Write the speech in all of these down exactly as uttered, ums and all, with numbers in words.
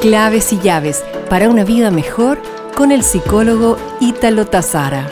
Claves y llaves para una vida mejor con el psicólogo Ítalo Tazara.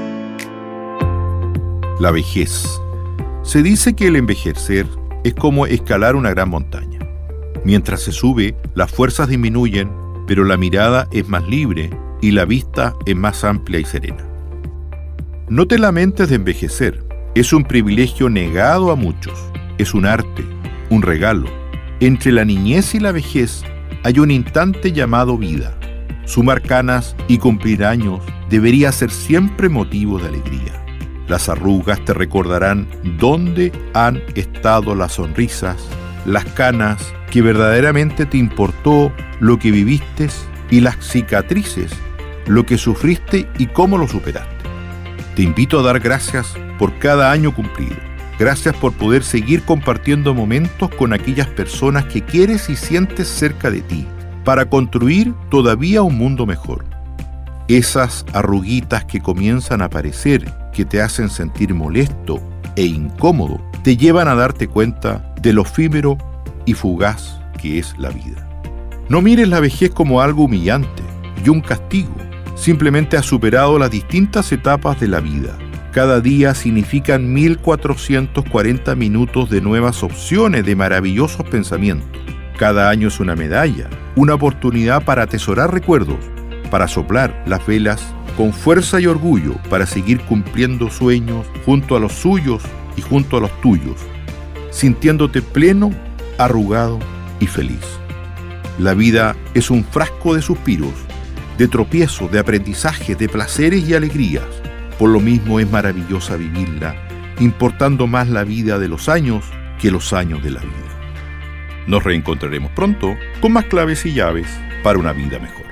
La vejez. Se dice que el envejecer es como escalar una gran montaña. Mientras se sube, las fuerzas disminuyen, pero la mirada es más libre y la vista es más amplia y serena. No te lamentes de envejecer. Es un privilegio negado a muchos. Es un arte, un regalo. Entre la niñez y la vejez hay un instante llamado vida. Sumar canas y cumplir años debería ser siempre motivo de alegría. Las arrugas te recordarán dónde han estado las sonrisas, las canas que verdaderamente te importó lo que viviste y las cicatrices, lo que sufriste y cómo lo superaste. Te invito a dar gracias por cada año cumplido. Gracias por poder seguir compartiendo momentos con aquellas personas que quieres y sientes cerca de ti, para construir todavía un mundo mejor. Esas arruguitas que comienzan a aparecer, que te hacen sentir molesto e incómodo, te llevan a darte cuenta de lo efímero y fugaz que es la vida. No mires la vejez como algo humillante y un castigo. Simplemente has superado las distintas etapas de la vida. Cada día significan mil cuatrocientos cuarenta minutos de nuevas opciones, de maravillosos pensamientos. Cada año es una medalla, una oportunidad para atesorar recuerdos, para soplar las velas con fuerza y orgullo, para seguir cumpliendo sueños junto a los suyos y junto a los tuyos, sintiéndote pleno, arrugado y feliz. La vida es un frasco de suspiros, de tropiezos, de aprendizaje, de placeres y alegrías. Por lo mismo es maravillosa vivirla, importando más la vida de los años que los años de la vida. Nos reencontraremos pronto con más claves y llaves para una vida mejor.